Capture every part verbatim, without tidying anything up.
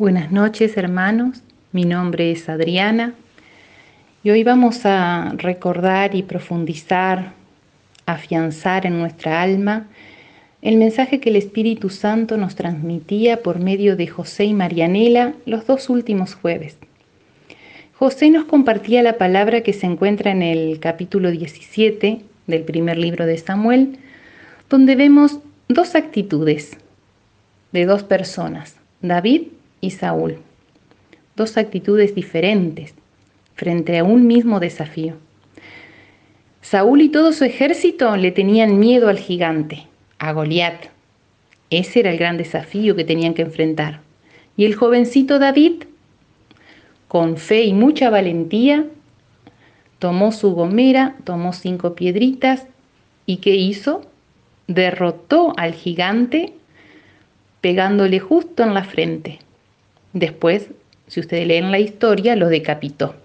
Buenas noches, hermanos. Mi nombre es Adriana y hoy vamos a recordar y profundizar, afianzar en nuestra alma el mensaje que el Espíritu Santo nos transmitía por medio de José y Marianela los dos últimos jueves. José nos compartía la palabra que se encuentra en el capítulo diecisiete del primer libro de Samuel, donde vemos dos actitudes de dos personas, David y Saúl. Dos actitudes diferentes frente a un mismo desafío. Saúl y todo su ejército le tenían miedo al gigante, a Goliat. Ese era el gran desafío que tenían que enfrentar. Y el jovencito David, con fe y mucha valentía, tomó su gomera, tomó cinco piedritas y ¿qué hizo? Derrotó al gigante pegándole justo en la frente. Después, si ustedes leen la historia, lo decapitó.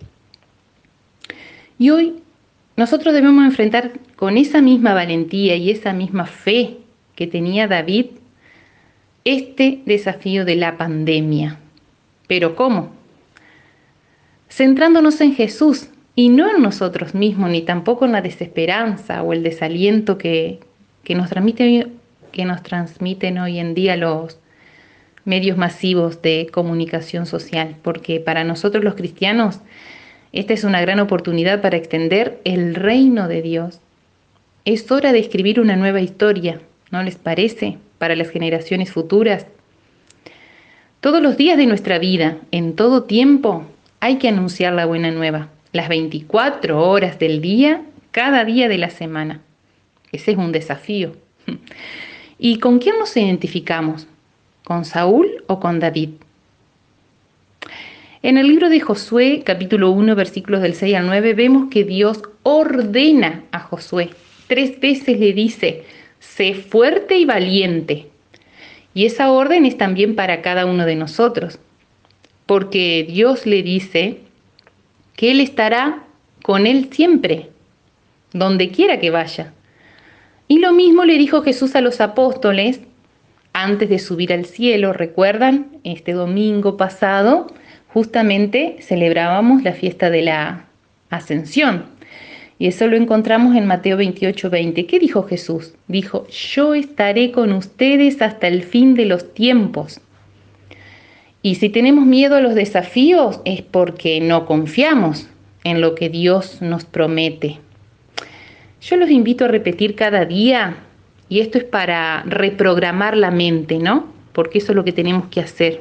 Y hoy nosotros debemos enfrentar con esa misma valentía y esa misma fe que tenía David este desafío de la pandemia. ¿Pero cómo? Centrándonos en Jesús y no en nosotros mismos, ni tampoco en la desesperanza o el desaliento que, que, nos, transmite, que nos transmiten hoy en día los medios masivos de comunicación social, porque para nosotros los cristianos esta es una gran oportunidad para extender el reino de Dios. Es hora de escribir una nueva historia, ¿no les parece? Para las generaciones futuras. Todos los días de nuestra vida, en todo tiempo, hay que anunciar la buena nueva. Las veinticuatro horas del día, cada día de la semana. Ese es un desafío. ¿Y con quién nos identificamos? ¿Con Saúl o con David? En el libro de Josué, capítulo uno, versículos del seis al nueve, vemos que Dios ordena a Josué. Tres veces le dice, sé fuerte y valiente. Y esa orden es también para cada uno de nosotros. Porque Dios le dice que Él estará con él siempre, donde quiera que vaya. Y lo mismo le dijo Jesús a los apóstoles antes de subir al cielo. ¿Recuerdan? Este domingo pasado justamente celebrábamos la fiesta de la Ascensión. Y eso lo encontramos en Mateo veintiocho, veinte. ¿Qué dijo Jesús? Dijo, yo estaré con ustedes hasta el fin de los tiempos. Y si tenemos miedo a los desafíos es porque no confiamos en lo que Dios nos promete. Yo los invito a repetir cada día, y esto es para reprogramar la mente, ¿no? Porque eso es lo que tenemos que hacer.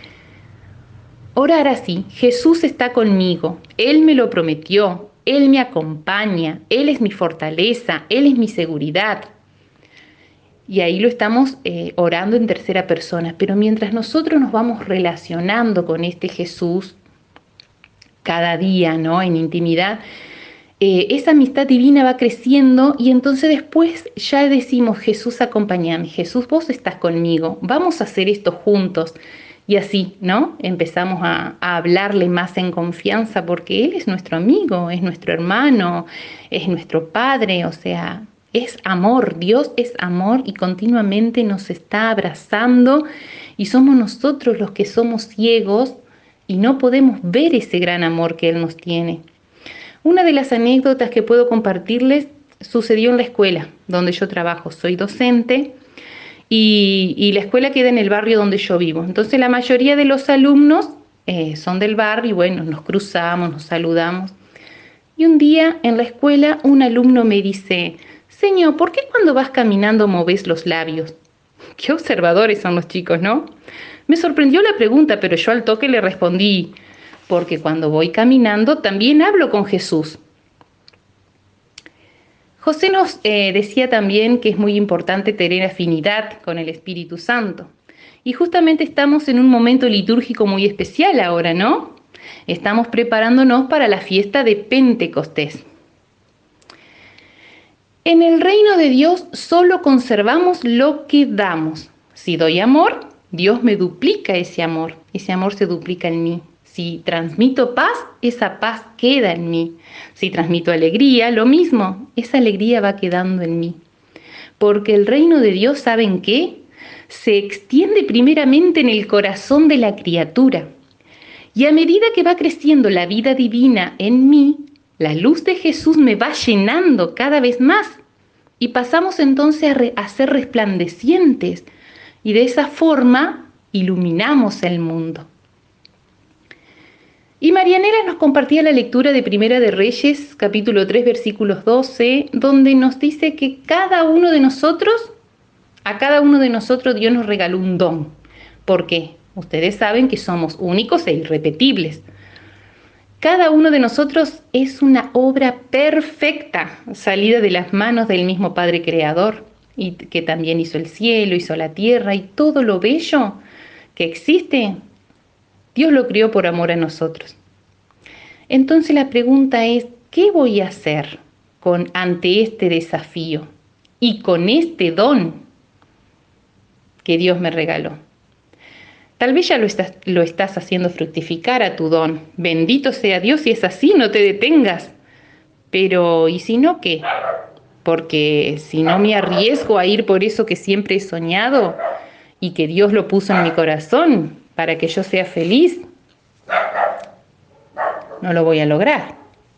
Orar así, Jesús está conmigo, Él me lo prometió, Él me acompaña, Él es mi fortaleza, Él es mi seguridad. Y ahí lo estamos eh, orando en tercera persona. Pero mientras nosotros nos vamos relacionando con este Jesús cada día, ¿no? En intimidad, eh, esa amistad divina va creciendo y entonces después ya decimos, Jesús, acompáñame, Jesús, vos estás conmigo, vamos a hacer esto juntos. Y así, ¿no? Empezamos a, a hablarle más en confianza porque Él es nuestro amigo, es nuestro hermano, es nuestro Padre, o sea, es amor, Dios es amor y continuamente nos está abrazando y somos nosotros los que somos ciegos y no podemos ver ese gran amor que Él nos tiene. Una de las anécdotas que puedo compartirles sucedió en la escuela donde yo trabajo, soy docente. Y, y la escuela queda en el barrio donde yo vivo. Entonces la mayoría de los alumnos eh, son del barrio y bueno, nos cruzamos, nos saludamos. Y un día en la escuela un alumno me dice, señor, ¿por qué cuando vas caminando moves los labios? Qué observadores son los chicos, ¿no? Me sorprendió la pregunta, pero yo al toque le respondí, porque cuando voy caminando también hablo con Jesús. José nos eh, decía también que es muy importante tener afinidad con el Espíritu Santo. Y justamente estamos en un momento litúrgico muy especial ahora, ¿no? Estamos preparándonos para la fiesta de Pentecostés. En el reino de Dios solo conservamos lo que damos. Si doy amor, Dios me duplica ese amor. Ese amor se duplica en mí. Si transmito paz, esa paz queda en mí. Si transmito alegría, lo mismo, esa alegría va quedando en mí. Porque el reino de Dios, ¿saben qué? se extiende primeramente en el corazón de la criatura. Y a medida que va creciendo la vida divina en mí, la luz de Jesús me va llenando cada vez más. Y pasamos entonces a, re- a ser resplandecientes. Y de esa forma iluminamos el mundo. Y Marianela nos compartía la lectura de Primera de Reyes, capítulo tres, versículos doce, donde nos dice que cada uno de nosotros, a cada uno de nosotros Dios nos regaló un don. ¿Por qué? Ustedes saben que somos únicos e irrepetibles. Cada uno de nosotros es una obra perfecta, salida de las manos del mismo Padre Creador, y que también hizo el cielo, hizo la tierra y todo lo bello que existe. Dios lo crió por amor a nosotros. Entonces la pregunta es, ¿qué voy a hacer con, ante este desafío y con este don que Dios me regaló? Tal vez ya lo estás, lo estás haciendo fructificar a tu don. Bendito sea Dios, si es así, no te detengas. Pero, ¿y si no qué? Porque si no me arriesgo a ir por eso que siempre he soñado y que Dios lo puso en mi corazón para que yo sea feliz, no lo voy a lograr.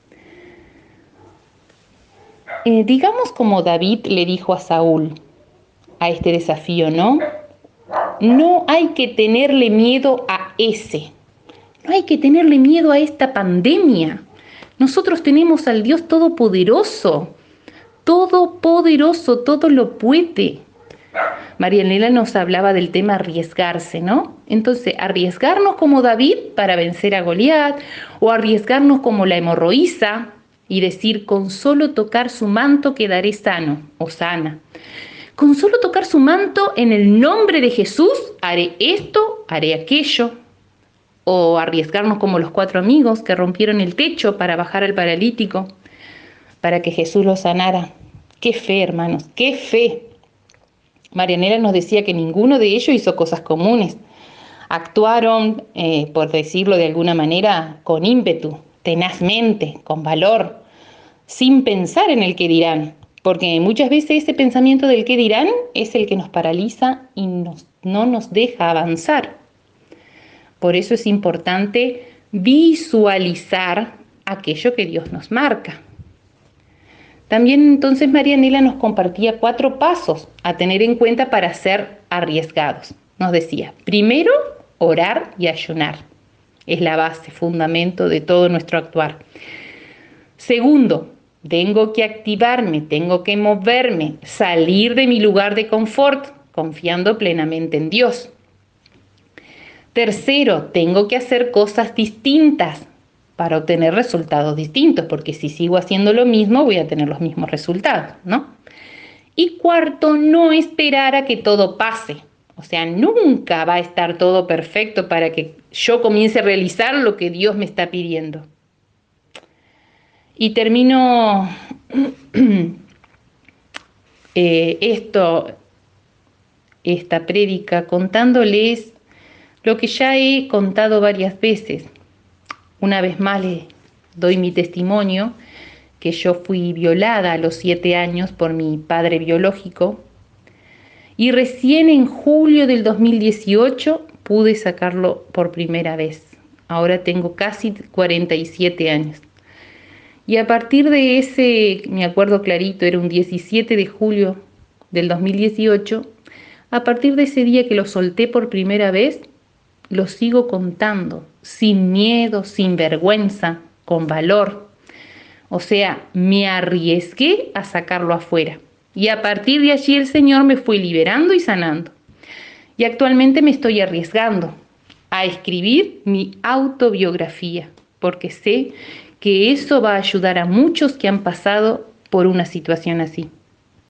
Eh, digamos como David le dijo a Saúl a este desafío, ¿no? No hay que tenerle miedo a ese. No hay que tenerle miedo a esta pandemia. Nosotros tenemos al Dios Todopoderoso. Todopoderoso, todo lo puede. Marianela nos hablaba del tema arriesgarse, ¿no? Entonces, arriesgarnos como David para vencer a Goliat, o arriesgarnos como la hemorroísa y decir, con solo tocar su manto quedaré sano o sana. Con solo tocar su manto en el nombre de Jesús haré esto, haré aquello. O arriesgarnos como los cuatro amigos que rompieron el techo para bajar al paralítico, para que Jesús lo sanara. ¡Qué fe, hermanos! ¡Qué fe! Marianela nos decía que ninguno de ellos hizo cosas comunes. Actuaron, eh, por decirlo de alguna manera, con ímpetu, tenazmente, con valor, sin pensar en el que dirán. Porque muchas veces ese pensamiento del qué dirán es el que nos paraliza y nos, no nos deja avanzar. Por eso es importante visualizar aquello que Dios nos marca. También entonces Marianela nos compartía cuatro pasos a tener en cuenta para ser arriesgados. Nos decía, primero, orar y ayunar. Es la base, fundamento de todo nuestro actuar. Segundo, tengo que activarme, tengo que moverme, salir de mi lugar de confort, confiando plenamente en Dios. Tercero, tengo que hacer cosas distintas para obtener resultados distintos, porque si sigo haciendo lo mismo voy a tener los mismos resultados, ¿no? Y cuarto, no esperar a que todo pase. O sea, nunca va a estar todo perfecto para que yo comience a realizar lo que Dios me está pidiendo. Y termino eh, esto, esta prédica contándoles lo que ya he contado varias veces. Una vez más les doy mi testimonio, que yo fui violada a los siete años por mi padre biológico y recién en julio del dos mil dieciocho pude sacarlo por primera vez. Ahora tengo casi cuarenta y siete años. Y a partir de ese, me acuerdo clarito, era un diecisiete de julio del dos mil dieciocho, a partir de ese día que lo solté por primera vez, lo sigo contando, sin miedo, sin vergüenza, con valor. O sea, me arriesgué a sacarlo afuera. Y a partir de allí el Señor me fue liberando y sanando. Y actualmente me estoy arriesgando a escribir mi autobiografía, porque sé que eso va a ayudar a muchos que han pasado por una situación así.